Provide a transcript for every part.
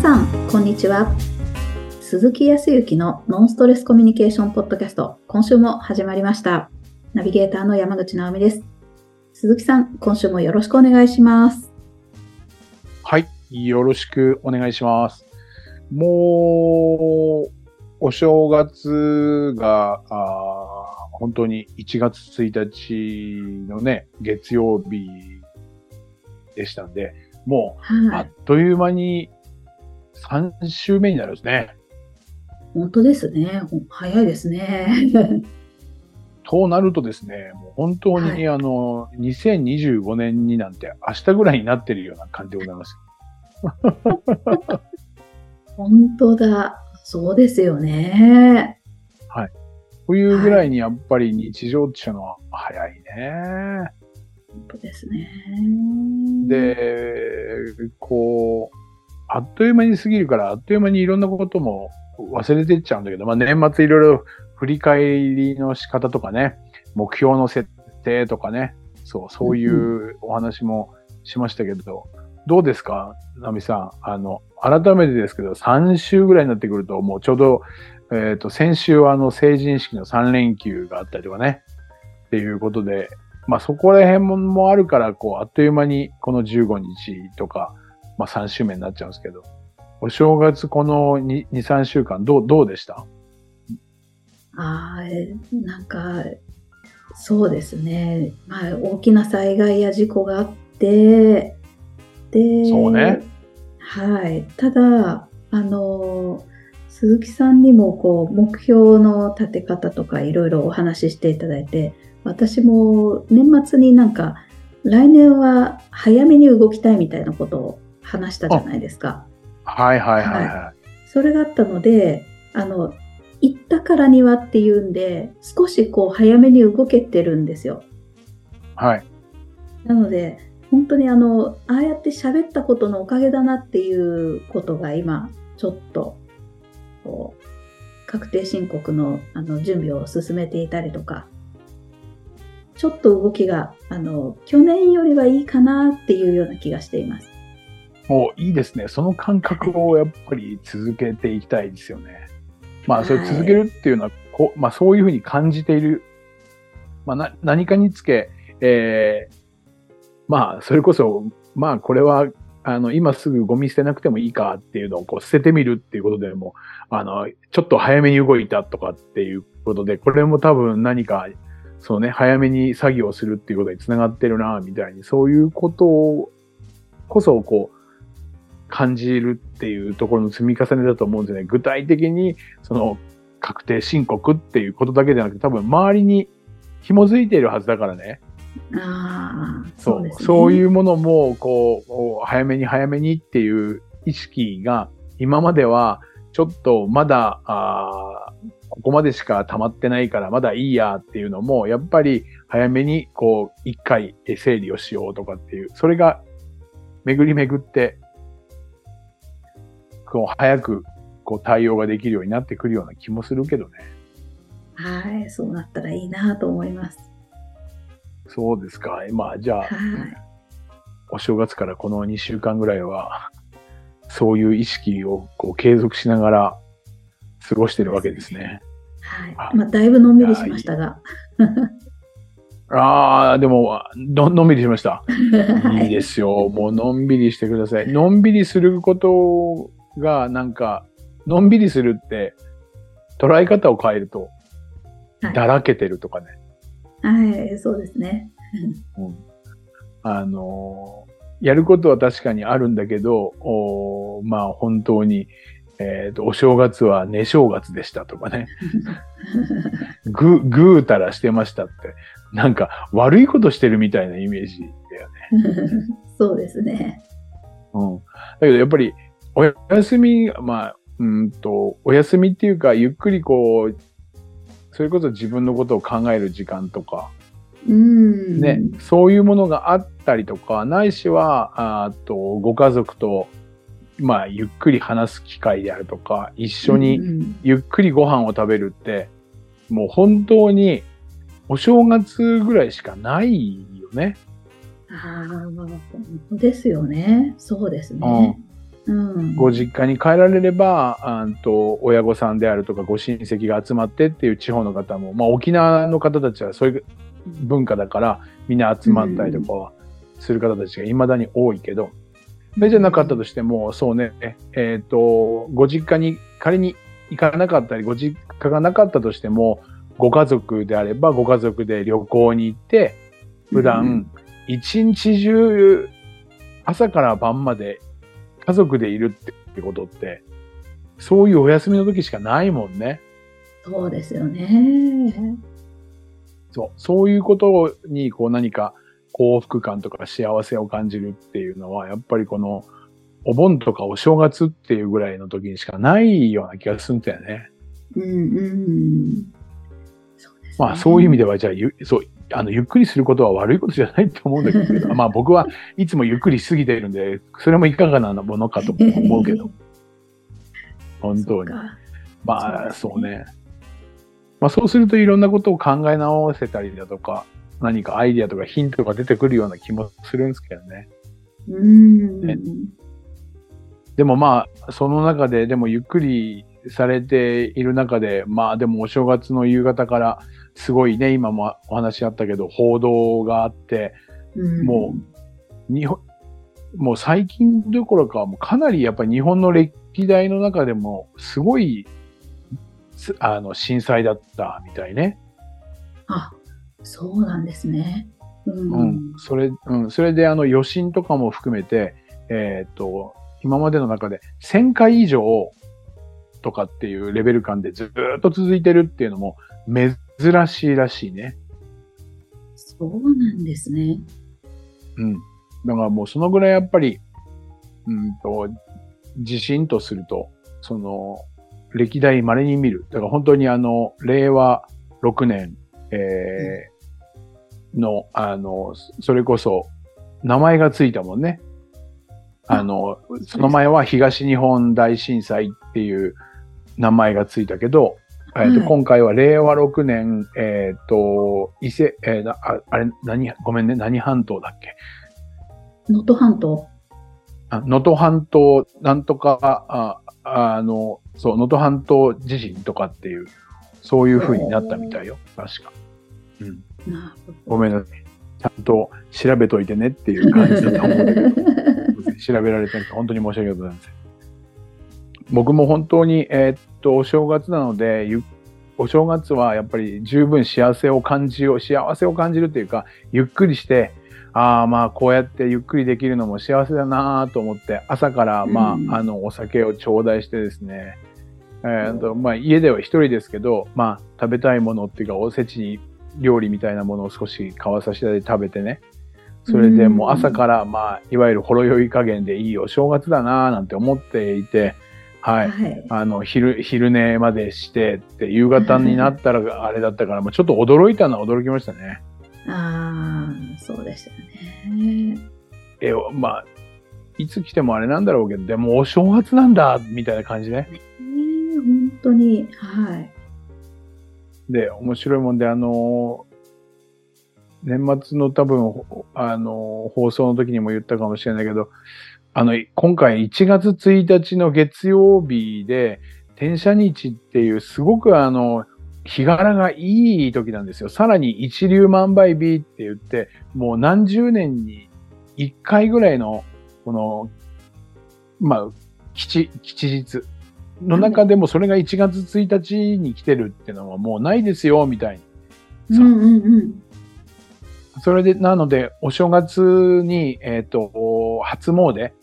さん、こんにちは。鈴木康之のノンストレスコミュニケーションポッドキャスト、今週も始まりました。ナビゲーターの山口直美です。鈴木さん、今週もよろしくお願いします。 はい、よろしくお願いします。もう、お正月が、本当に1月1日のね、月曜日でしたんで、もう、あっという間に3週目になるんですね。 本当ですね。早いですね。 となるとですね、もう本当に、2025年になんて明日ぐらいになってるような感じでございます。 本当だ。そうですよね。 はい。というぐらいにやっぱり日常っていうのは早いね。 本当ですね。 で、あっという間に過ぎるから、あっという間にいろんなことも忘れてっちゃうんだけど、年末いろいろ振り返りの仕方とかね、目標の設定とかね、そういうお話もしましたけど、どうですか、ナミさん。改めてですけど、3週ぐらいになってくると、もうちょうど、先週は成人式の3連休があったりとかね、っていうことで、そこら辺もあるから、あっという間にこの15日とか、3週目になっちゃうんですけど、お正月この2、3週間どうでした？ なんか、そうですね。大きな災害や事故があって、で、 そうね。 はい。ただ、鈴木さんにも目標の立て方とかいろいろお話ししていただいて、私も年末に来年は早めに動きたいみたいなことを話したじゃないですか。 はい。 それがあったので、行ったからにはっていうんで、少し早めに動けてるんですよ。 はい。 なので、本当にああやって喋ったことのおかげだなっていうことが今、ちょっと、確定申告の準備を進めていたりとか、ちょっと動きが、去年よりはいいかなっていうような気がしています。 いいですね。その感覚をやっぱり続けていきたいですよね。それ続けるっていうのは、そういうふうに感じている。何かにつけ、それこそ、これは、今すぐゴミ捨てなくてもいいかっていうのを捨ててみるっていうことでも、ちょっと早めに動いたとかっていうことで、これも多分何か、早めに作業するっていうことにつながってるな、みたいに、そういうことをこそ、感じるっていうところの積み重ねだと思うんですよね。具体的に、確定申告っていうことだけじゃなくて、多分周りに紐づいているはずだからね。 そうですね。 そういうものも、早めにっていう意識が、今までは、ちょっとまだ、ここまでしか溜まってないから、まだいいやっていうのも、やっぱり早めに、一回整理をしようとかっていう、それが、巡り巡って、早く、対応ができるようになってくるような気もするけどね。 はい、そうなったらいいなと思います。 そうですか。じゃあ、お正月からこの2週間ぐらいは、そういう意識を継続しながら過ごしてるわけですね。 はい。だいぶのんびりしましたが。 でも、のんびりしました。いいですよ。もうのんびりしてください。のんびりすることが、のんびりするって、捉え方を変えると、だらけてるとかね。 はい、そうですね。 やることは確かにあるんだけど、本当に、お正月は寝正月でしたとかね。ぐうたらしてましたって。悪いことしてるみたいなイメージだよね。 そうですね。 だけどやっぱり、お休み、お休みっていうか、ゆっくりそれこそ自分のことを考える時間とか、ね、そういうものがあったりとか、ないしは、ご家族と、ゆっくり話す機会であるとか、一緒にゆっくりご飯を食べるって、もう本当にお正月ぐらいしかないよね。 本当ですよね。そうですね。 ご実家に帰られれば、親御さんであるとかご親戚が集まってっていう地方の方も、まあ沖縄の方たちはそういう文化だからみんな集まったりとかはする方たちが未だに多いけど、それじゃなかったとしても、そうね、ご実家に仮に行かなかったり、ご実家がなかったとしても、ご家族であればご家族で旅行に行って、普段一日中朝から晩まで家族でいるってことって、そういうお休みの時しかないもんね。 そうですよね。 そういうことにこう何か幸福感とか幸せを感じるっていうのは、やっぱりこのお盆とかお正月っていうぐらいの時にしかないような気がするんだよね。 そうですね。 まあそういう意味ではじゃあゆっくりすることは悪いことじゃないと思うんだけど、まあ僕はいつもゆっくりしすぎているんで、それもいかがなものかと思うけど。本当に。まあそうね。まあそうするといろんなことを考え直せたりだとか、何かアイディアとかヒントが出てくるような気もするんですけどね。でもまあ、その中で、でもゆっくりされている中で、まあでもお正月の夕方からすごいね、今もお話あったけど、報道があって、もう最近どころか、もうかなりやっぱり日本の歴代の中でもすごい、震災だったみたいね。 あ、そうなんですね。 それで余震とかも含めて、今までの中で1000回以上とかっていうレベル感でずっと続いてるっていうのも珍しいらしいね。 そうなんですね。 だからもうそのぐらいやっぱり、地震とすると、歴代稀に見る。だから本当に令和6年、それこそ名前がついたもんね。その前は東日本大震災っていう名前がついたけど、今回は令和6年、ごめんね、何半島だっけ？ 能登半島。 能登半島、なんとか、能登半島地震とかっていう、そういう風になったみたいよ、確か。ごめんなさい。ちゃんと調べといてねっていう感じだと思うんだけど、調べられてると本当に申し訳ございません。僕も本当に、お正月なので、お正月はやっぱり十分幸せを感じるっていうか、ゆっくりして、まあこうやってゆっくりできるのも幸せだなと思って、朝からお酒を頂戴してですね、まあ家では一人ですけど、まあ食べたいものっていうかおせち料理みたいなものを少し買わさせて食べてね、それでもう朝からまあいわゆるほろ酔い加減でいいお正月だななんて思っていて、昼寝までしてって夕方になったらあれだったから、もうちょっと驚きましたね。 そうでしたよね。 まあ、いつ来てもあれなんだろうけど、でもお正月なんだ、みたいな感じね。 本当に、はい。 で、面白いもんで、年末の多分、放送の時にも言ったかもしれないけど、今回1月1日の月曜日で、天赦日っていうすごく日柄がいい時なんですよ。さらに一粒万倍日って言って、もう何十年に1回ぐらいの、まあ、吉日の中でもそれが1月1日に来てるっていうのはもうないですよ、みたいに。それで、なので、お正月に、初詣、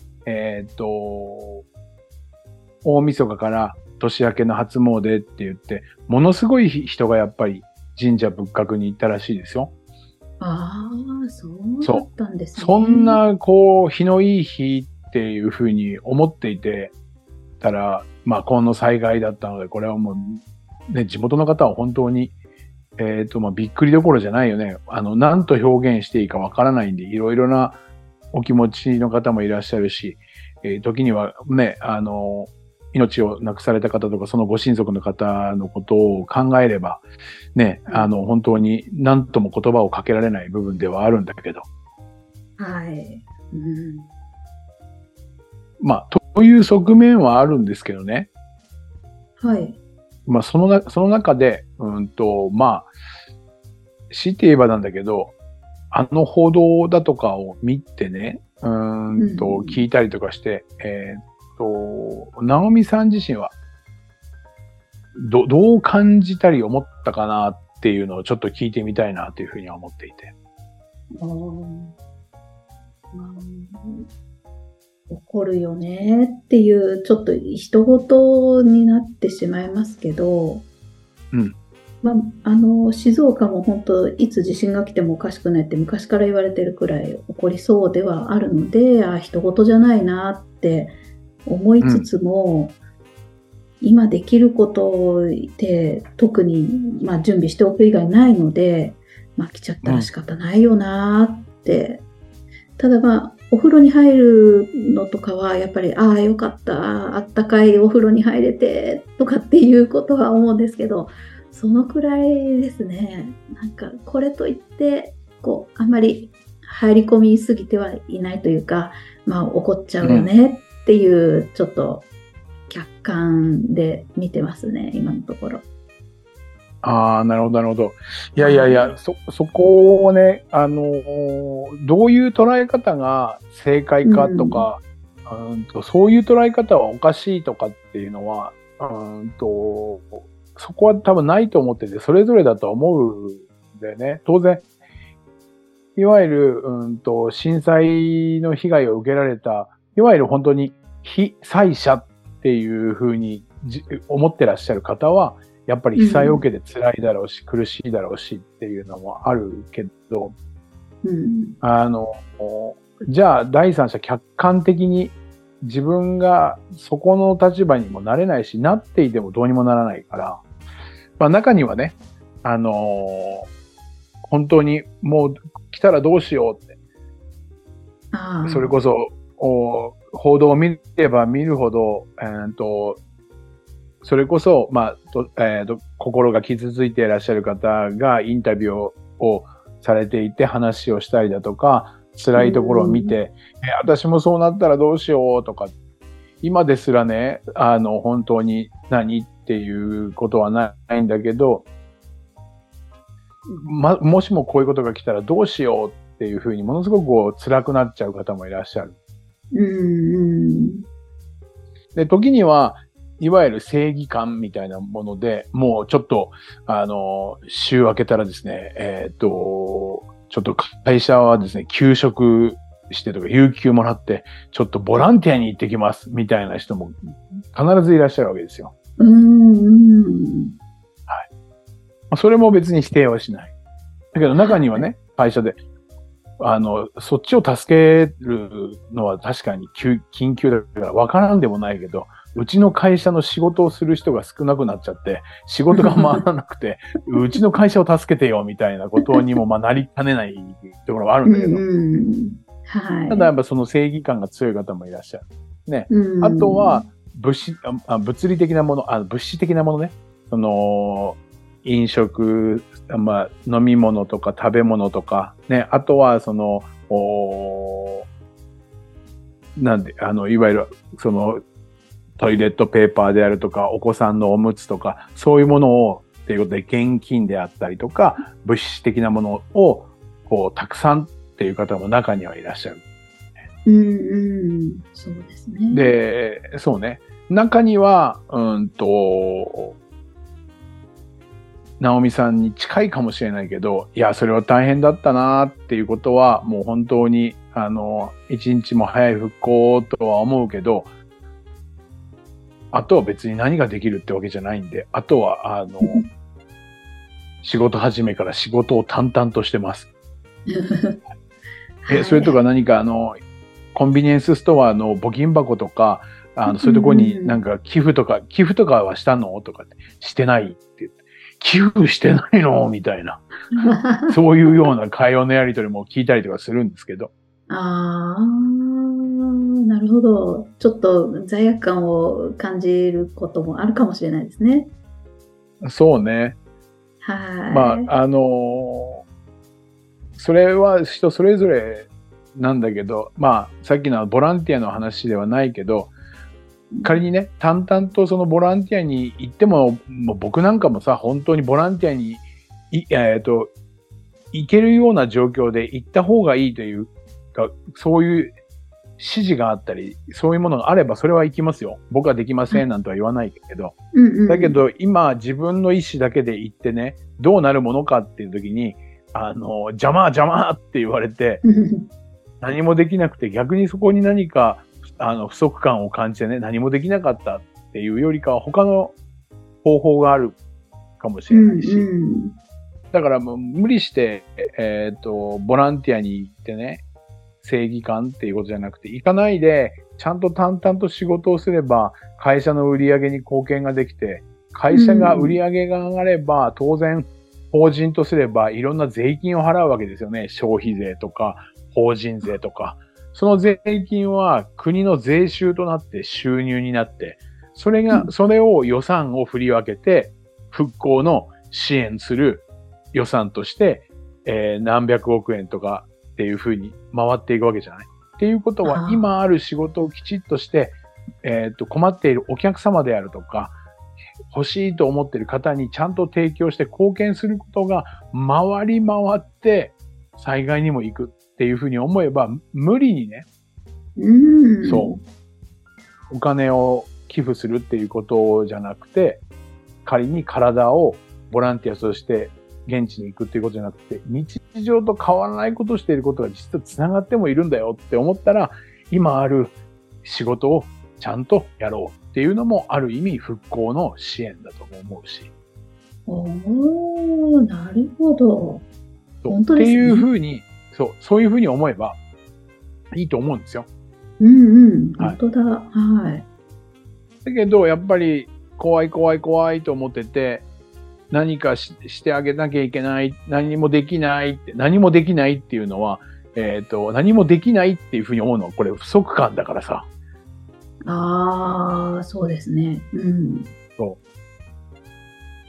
大晦日から年明けの初詣って言って、ものすごい人がやっぱり神社仏閣に行ったらしいですよ。 そうだったんですね。 そんな、日のいい日っていうふうに思っていてたら、まあ、この災害だったので、これはもう、ね、地元の方は本当に、まあ、びっくりどころじゃないよね。何と表現していいかわからないんで、いろいろなお気持ちの方もいらっしゃるし、時にはね、命を亡くされた方とか、そのご親族の方のことを考えれば、ね、本当に何とも言葉をかけられない部分ではあるんだけど。 はい。 まあ、とそういう側面はあるんですけどね。 はい。 まあ、その中で、まあ、強いて言えばなんだけど、報道だとかを見てね、聞いたりとかして、直美さん自身は、どう感じたり思ったかなっていうのをちょっと聞いてみたいなというふうには思っていて。 怒るよねっていう、ちょっと人事になってしまいますけど、 うん。 まあ、静岡も本当、いつ地震が来てもおかしくないって昔から言われてるくらい起こりそうではあるので、人事じゃないなって思いつつも、今できることって特に、準備しておく以外ないので、来ちゃったら仕方ないよなって。ただお風呂に入るのとかはやっぱり、よかった、あったかいお風呂に入れてとかっていうことは思うんですけど、そのくらいですね。なんかこれといってあんまり入り込みすぎてはいないというか、怒っちゃうよねっていう、ちょっと客観で見てますね、今のところ。 ああ、なるほど、なるほど。いや、そこをね、どういう捉え方が正解かとか、そういう捉え方はおかしいとかっていうのは、そこは多分ないと思ってて、それぞれだと思うんだよね。当然、いわゆる、震災の被害を受けられた、いわゆる本当に被災者っていうふうに思ってらっしゃる方は、やっぱり被災を受けて辛いだろうし、苦しいだろうしっていうのもあるけど、じゃあ第三者客観的に自分がそこの立場にもなれないし、なっていてもどうにもならないから、中にはね、本当にもう来たらどうしようって、それこそ報道を見れば見るほど、それこそ、心が傷ついていらっしゃる方がインタビューをされていて話をしたりだとか、辛いところを見て、私もそうなったらどうしようとか、今ですらね、本当に何っていうことはないんだけど、もしもこういうことが来たらどうしようっていうふうにものすごく辛くなっちゃう方もいらっしゃる。で、時には、いわゆる正義感みたいなもので、もうちょっと、週明けたらですね、ちょっと会社はですね、休職してとか、有給もらって、ちょっとボランティアに行ってきます、みたいな人も必ずいらっしゃるわけですよ。はい。それも別に否定はしない。だけど中にはね、会社で、そっちを助けるのは確かに緊急だから分からんでもないけど、うちの会社の仕事をする人が少なくなっちゃって、仕事が回らなくて、うちの会社を助けてよみたいなことにもなりかねないところはあるんだけど、ただやっぱその正義感が強い方もいらっしゃる。ね。あとは物理的なもの、物質的なものね。飲食、飲み物とか食べ物とか、ね。あとは、いわゆる、トイレットペーパーであるとか、お子さんのおむつとか、そういうものを、っていうことで現金であったりとか、物質的なものを、たくさんっていう方も中にはいらっしゃる。 そうですね。 で、そうね。中には、直美さんに近いかもしれないけど、いや、それは大変だったなっていうことは、もう本当に、一日も早い復興とは思うけど、あとは別に何ができるってわけじゃないんで、あとは、仕事始めから仕事を淡々としてます。それとか何かコンビニエンスストアの募金箱とか、そういうところになんか寄付とかはしたのとかってしてないって言って、寄付してないのみたいな。そういうような会話のやりとりも聞いたりとかするんですけど。 なるほど。ちょっと罪悪感を感じることもあるかもしれないですね。 そうね。それは人それぞれなんだけど、さっきのボランティアの話ではないけど、 仮にね、淡々とそのボランティアに行っても、もう僕なんかもさ、本当にボランティアに行けるような状況で行った方がいいというか、そういう指示があったり、そういうものがあればそれは行きますよ。僕はできませんなんとは言わないけど。だけど今自分の意思だけで行ってね、どうなるものかっていう時に、邪魔って言われて、何もできなくて逆にそこに何か、不足感を感じてね、何もできなかったっていうよりかは他の方法があるかもしれないし。だからもう無理して、ボランティアに行ってね、正義感っていうことじゃなくて、行かないで、ちゃんと淡々と仕事をすれば、会社の売り上げに貢献ができて、会社が売り上げが上がれば、当然、法人とすれば、いろんな税金を払うわけですよね。消費税とか、法人税とか。その税金は国の税収となって収入になって、それを予算を振り分けて、復興の支援する予算として、何百億円とかっていうふうに回っていくわけじゃない。っていうことは、今ある仕事をきちっとして、困っているお客様であるとか、欲しいと思っている方にちゃんと提供して貢献することが回り回って災害にも行くっていうふうに思えば、無理にね、そう、お金を寄付するっていうことじゃなくて、仮に体をボランティアとして現地に行くっていうことじゃなくて、日常と変わらないことをしていることが実は繋がってもいるんだよって思ったら、今ある仕事をちゃんとやろうっていうのもある意味復興の支援だと思うし。 なるほど。本当ですね。 っていうふうに、そういうふうに思えばいいと思うんですよ。 本当だ。はい。 だけど、やっぱり怖いと思ってて、何かしてあげなきゃいけない、何もできないっていうのは、何もできないっていうふうに思うのは、これ不足感だからさ。 そうですね。 そう。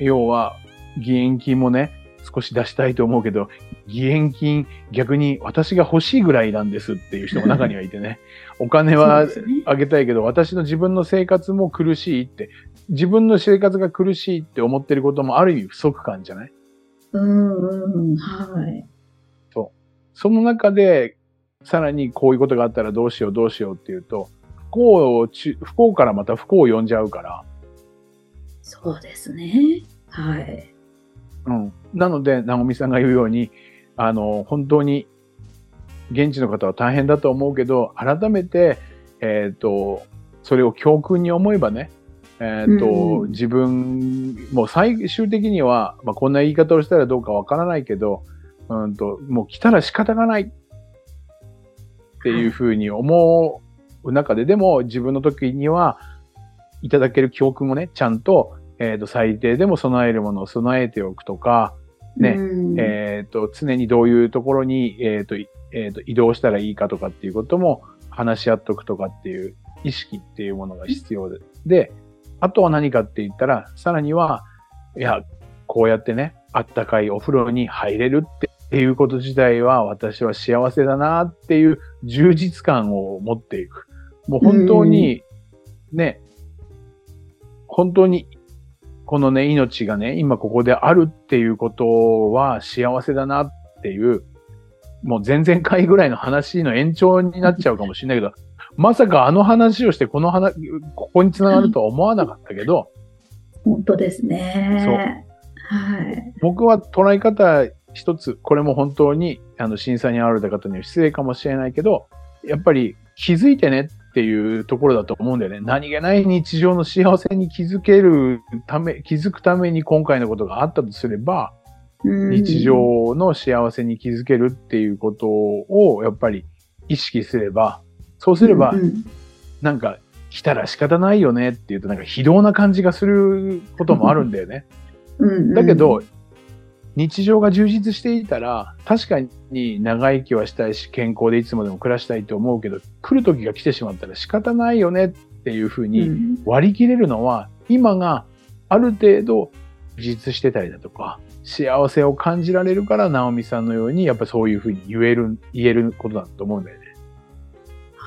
要は、義援金もね、少し出したいと思うけど、義援金逆に私が欲しいぐらいなんですっていう人も中にはいてね、お金はあげたいけど、私の自分の生活も苦しいって、自分の生活が苦しいって思ってることもある意味不足感じゃない？ はい。 そう。その中で、さらにこういうことがあったらどうしようっていうと、不幸からまた不幸を呼んじゃうから。 そうですね。はい。 なので、直美さんが言うように、本当に、現地の方は大変だと思うけど、改めて、それを教訓に思えばね、自分、もう最終的には、こんな言い方をしたらどうかわからないけど、もう来たら仕方がないっていうふうに思う中で、でも自分の時にはいただける教訓をね、ちゃんと、最低でも備えるものを備えておくとか、ね、常にどういうところに、移動したらいいかとかっていうことも話し合っとくとかっていう意識っていうものが必要で、あとは何かって言ったら、さらには、いや、こうやってね、あったかいお風呂に入れるっていうこと自体は私は幸せだなっていう充実感を持っていく。もう本当に、ね、本当にこのね、命がね、今ここであるっていうことは幸せだなっていう、もう前々回ぐらいの話の延長になっちゃうかもしれないけど、まさかあの話をしてここに繋がるとは思わなかったけど。 本当ですね。はい。 僕は捉え方一つ、これも本当に震災に遭われた方には失礼かもしれないけど、やっぱり気づいてねっていうところだと思うんだよね。何気ない日常の幸せに気づくために今回のことがあったとすれば、日常の幸せに気づけるっていうことをやっぱり意識すれば、そうすれば、なんか来たら仕方ないよねっていうとなんか非道な感じがすることもあるんだよね。だけど、日常が充実していたら、確かに長生きはしたいし、健康でいつまでも暮らしたいと思うけど、来る時が来てしまったら仕方ないよねっていうふうに割り切れるのは、今がある程度充実してたりだとか、幸せを感じられるから、直美さんのように、やっぱそういうふうに言えることだと思うんだよね。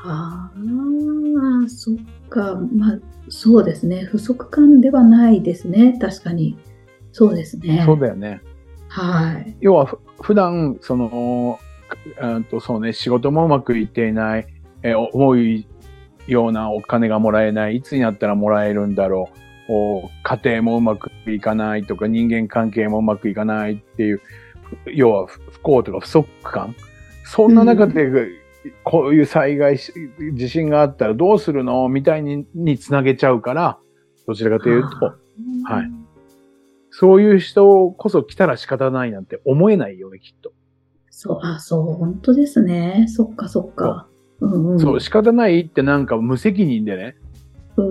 ああ、そっか。まあ、そうですね。不足感ではないですね。確かに。そうですね。 そうだよね。 はい。 要は普段、そうね、仕事もうまくいっていない、思うようなお金がもらえない、いつになったらもらえるんだろう、家庭もうまくいかないとか、人間関係もうまくいかないっていう、要は不幸とか不足感。そんな中うん。 で、こういう災害、地震があったらどうするのみたいにつなげちゃうから、どちらかというと、 はあ。 はい。そういう人こそ来たら仕方ないなんて思えないよね、きっと。 そう、そう、本当ですね。そっか、そっそう。 か。うんそう、 うん。 仕方ないってなんか無責任でね、 うん。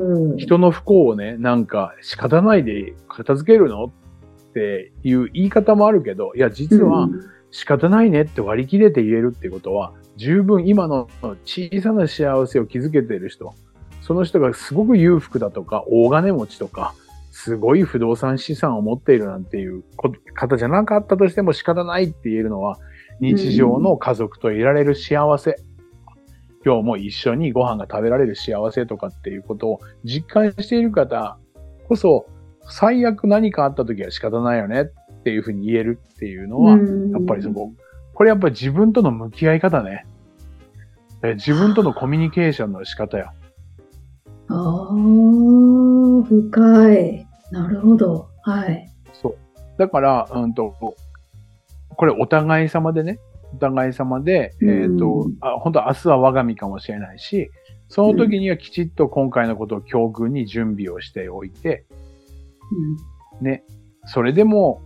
人の不幸をね、なんか仕方ないで片付けるのっていう言い方もあるけど、いや、 う実はん仕方ないねって割り切れて言えるっていうことは、十分今の小さな幸せを築けている人、その人がすごく裕福だとか、大金持ちとか、すごい不動産資産を持っているなんていう方じゃなかったとしても仕方ないって言えるのは、 うん。 日常の家族といられる幸せ、今日も一緒にご飯が食べられる幸せとかっていうことを実感している方こそ、最悪何かあった時は仕方ないよねっていうふうに言えるっていうのうは、やっぱりそん。 こ、これやっぱり自分との向き合い方ね。自分とのコミュニケーションの仕方よ。 ああ、深い。なるほど。はい。 そう。だから、これお互い様でね、お互い様で、 うん。 本当明日は我が身かもしれないし、そのうん。 時にはきちっと今回のことを教訓に準備をしておいて、 うん。 ね、それでも、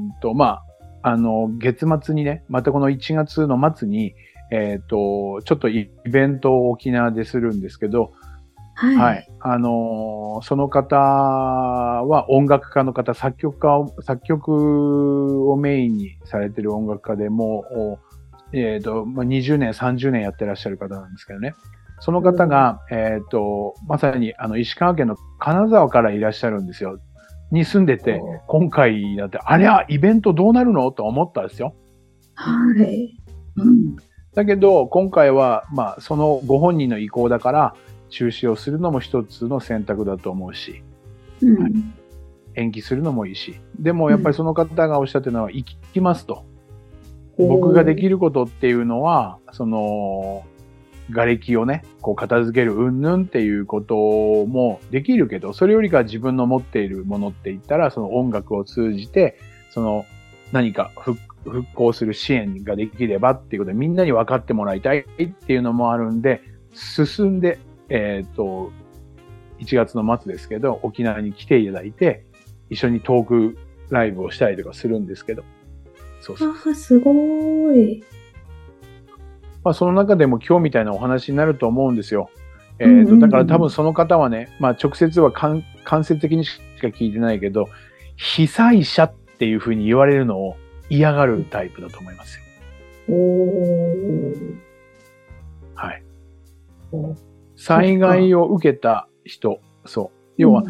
月末にね、またこの1月の末に、ちょっとイベントを沖縄でするんですけど、はい。 はい。 その方は音楽家の方、作曲をメインにされてる音楽家でもう、20年、30年やってらっしゃる方なんですけどね。その方おが、まさに、石川県の金沢からいらっしゃるんですよ。に住んでて、 お。 今回だって、ありゃ、イベントどうなるのと思ったんですよ。 はい。 うん。 うん。 だけど、今回は、そのご本人の意向だから、中止をするのも一つの選択だと思うし、はい、 うん。 延期するのもいいし。でも、 うん。 やっぱりその方がおっしゃってるのは、行きますと。 お僕ができー。 ることっていうのは、瓦礫をね、こう片付ける云々っていうこともできるけど、それよりか自分の持っているものって言ったら、その音楽を通じて、何か復興する支援ができればっていうことで、みんなに分かってもらいたいっていうのもあるんで、進んで、1月の末ですけど、沖縄に来ていただいて、一緒にトークライブをしたりとかするんですけど、そうそう。 すごい。 その中でも今日みたいなお話になると思うんですよ。 うんうだから多分んその方はね、直接は間接的にしか聞いてないけど、被災者っていうふうに言われるのを嫌がるタイプだと思いますよ。 うん。おー。 はい。 お、そっ災害か。 を受けた人、そう。要は、 うん。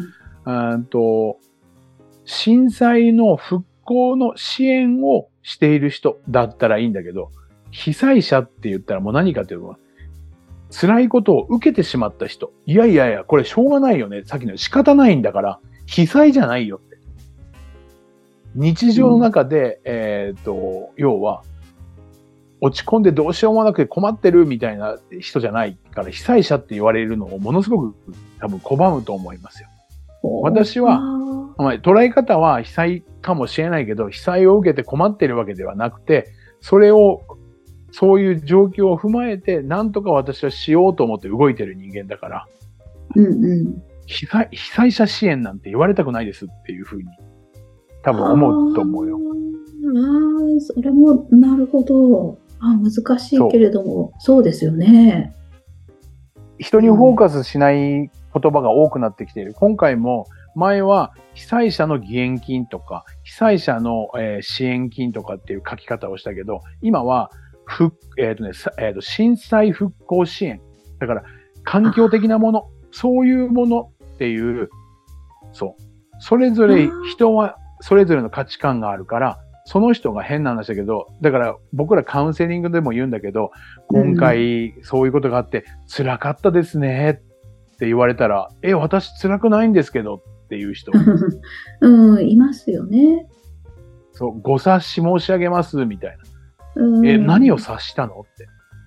震災の復興の支援をしている人だったらいいんだけど、被災者って言ったらもう何かというと、辛いことを受けてしまった人。いやいやいや、これしょうがないよね。さっきの仕方ないんだから、被災じゃないよって。日常のうん。 中で、要は、落ち込んでどうしようもなくて困ってるみたいな人じゃないから、被災者って言われるのをものすごく多分拒むと思いますよ。 おー。 私は、捉え方は被災かもしれないけど、被災を受けて困ってるわけではなくて、そういう状況を踏まえて、なんとか私はしようと思って動いてる人間だから、 うんうん。 被災者支援なんて言われたくないですっていうふうに多分思うとあ思うよ。 それも、なるほど。難しいけそう。 れども、そうですよね。 人にフォーうん。 カスしない言葉が多くなってきている。今回も前は被災者の義援金とか、被災者の、支援金とかっていう書き方をしたけど、今は震災復興支援。だから環境的なもの、そういうものっていう、そう。それぞれあ人はそれぞれの価値観があるから、 その人が変な話だけど、だから僕らカウンセリングでも言うんだけど、今回そういうことがあって辛かったですねって言われたら、私辛くないんですけどっていう人。 いますよね。 そう、ご察し申し上げますみたいな。何を察したのって。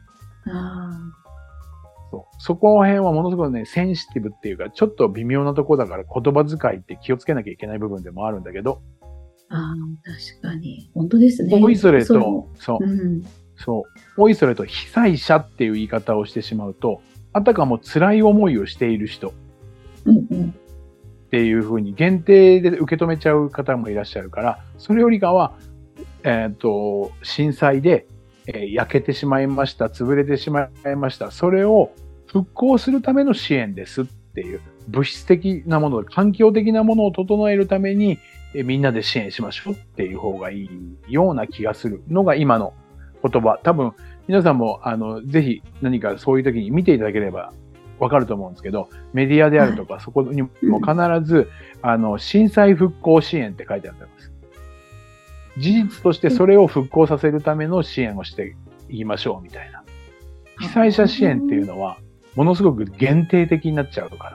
そこら辺はものすごくね、センシティブっていうか、ちょっと微妙なところだから言葉遣いって気をつけなきゃいけない部分でもあるんだけど。 確かに。本当ですね。 おいそれと、おいそれと被災者っていう言い方をしてしまうと、あたかも辛い思いをしている人っていうふうに限定で受け止めちゃう方もいらっしゃるから、それよりかは、震災で、焼けてしまいました、潰れてしまいました。それを復興するための支援ですっていう、物質的なもの、環境的なものを整えるために、みんなで支援しましょうっていう方がいいような気がするのが今の言葉。多分、皆さんも、ぜひ何かそういう時に見ていただければわかると思うんですけど、メディアであるとか、そこにも必ず、震災復興支援って書いてあります。事実としてそれを復興させるための支援をしていきましょうみたいな。被災者支援っていうのは、ものすごく限定的になっちゃうから。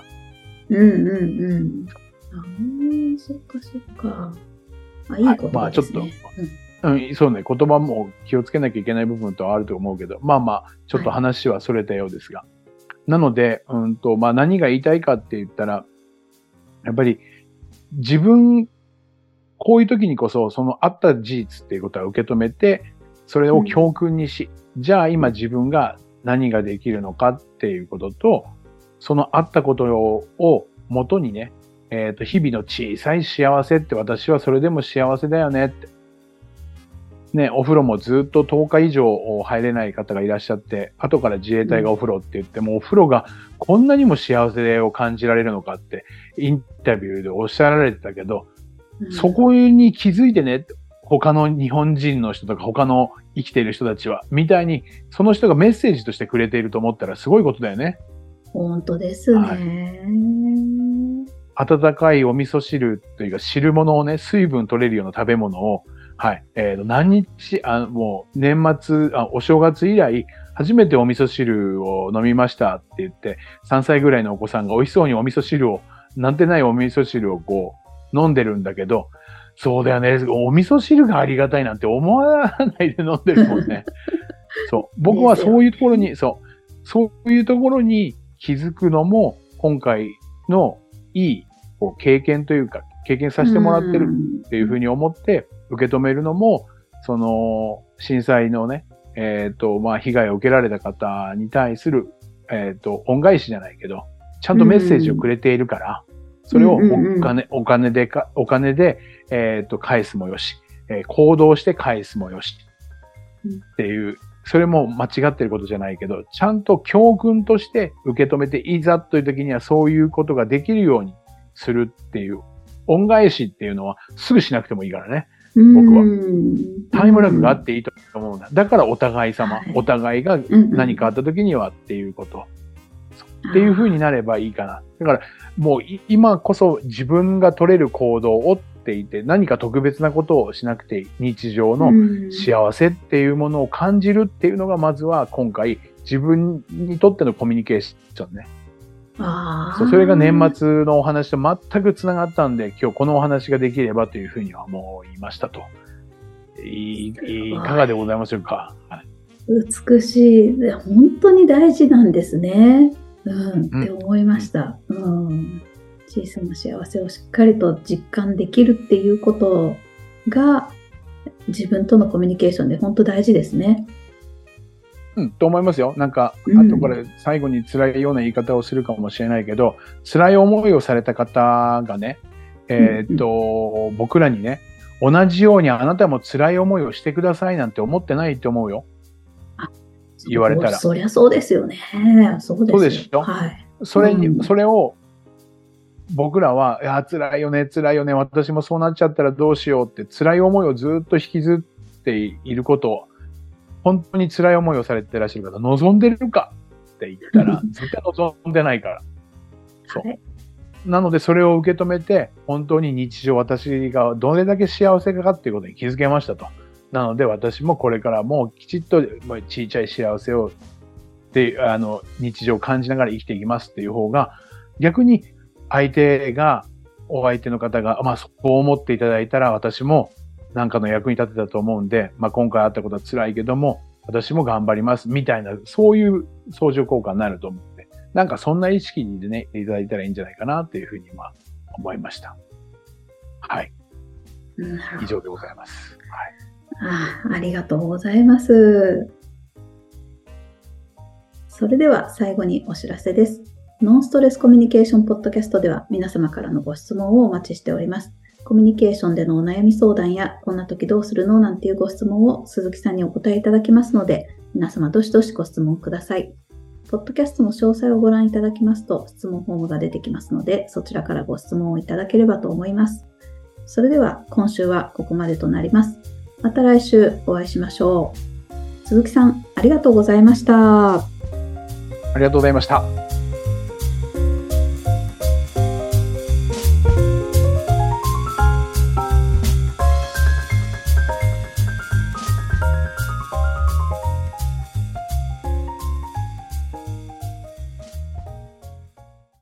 そっかそっか。いいことですね。 ちょっと、そうね、言葉も気をつけなきゃいけない部分とはあると思うけど、ちょっと話はそれたようですが。なので、何が言いたいかって言ったら、やっぱり自分、こういう時にこそ、そのあった事実っていうことは受け止めて、それを教訓にし、じゃあ今自分が何ができるのかっていうことと、そのあったことを元にね、日々の小さい幸せって私はそれでも幸せだよねって。ね、お風呂もずっと10日以上入れない方がいらっしゃって、後から自衛隊がお風呂って言っても、お風呂がこんなにも幸せを感じられるのかってインタビューでおっしゃられてたけど、そこに気づいてね、他の日本人の人とか他の生きている人たちは、みたいにその人がメッセージとしてくれていると思ったらすごいことだよね。 本当ですね。 温かいお味噌汁というか汁物をね、水分取れるような食べ物を、何日、もう年末、お正月以来、初めてお味噌汁を飲みましたって言って、3歳ぐらいのお子さんが美味しそうにお味噌汁を、なんてないお味噌汁を飲んでるんだけど、そうだよね、お味噌汁がありがたいなんて思わないで飲んでるもんね。そう。僕はそういうところに、そういうところに気づくのも、今回のいい経験というか、経験させてもらってるっていうふうに思って受け止めるのも、その震災のね、被害を受けられた方に対する、恩返しじゃないけど、ちゃんとメッセージをくれているから、それをお金で、返すもよし、行動して返すもよしっていう、それも間違ってることじゃないけど、ちゃんと教訓として受け止めて、いざという時にはそういうことができるようにするっていう、恩返しっていうのはすぐしなくてもいいからね、僕は。タイムラグがあっていいと思うんだ。だからお互い様、お互いが何かあった時にはっていうこと。っていう風になればいいかな。だからもう今こそ自分が取れる行動をっていて、何か特別なことをしなくて日常の幸せっていうものを感じるっていうのがまずは今回自分にとってのコミュニケーションね。それが年末のお話と全くつながったんで、今日このお話ができればというふうには思いましたと。いかがでございましょうか。 美しい。本当に大事なんですね。って思いました。小さな幸せをしっかりと実感できるっていうことが自分とのコミュニケーションで本当大事ですね。 と思いますよ。なんか、あとこれ最後に辛いような言い方をするかもしれないけど、辛い思いをされた方がね、僕らにね、同じようにあなたも辛い思いをしてくださいなんて思ってないと思うよ。言われたら。 そりゃそうですよね。そうでしょ。はい。それを僕らは、いや、辛いよね、私もそうなっちゃったらどうしようって辛い思いをずっと引きずっていることを、本当に辛い思いをされていらっしゃる方、望んでるかって言ったら、絶対望んでないから。そう。 なのでそれを受け止めて、本当に日常私がどれだけ幸せかっていうことに気づけましたと。なので私もこれからもきちっと小さい幸せをで日常を感じながら生きていきますっていう方が、逆にお相手の方が、そう思っていただいたら私も何かの役に立てたと思うんで、今回あったことは辛いけども、私も頑張りますみたいな、そういう相乗効果になると思うので、なんかそんな意識でね、いただいたらいいんじゃないかなっていうふうに思いました。はい。以上でございます。 はい。ありがとうございます。それでは最後にお知らせです。ノンストレスコミュニケーションポッドキャストでは皆様からのご質問をお待ちしております。コミュニケーションでのお悩み相談や、こんな時どうするのなんていうご質問を鈴木さんにお答えいただきますので、皆様どしどしご質問ください。ポッドキャストの詳細をご覧いただきますと、質問フォームが出てきますので、そちらからご質問をいただければと思います。それでは今週はここまでとなります。また来週お会いしましょう。鈴木さん、ありがとうございました。 ありがとうございました。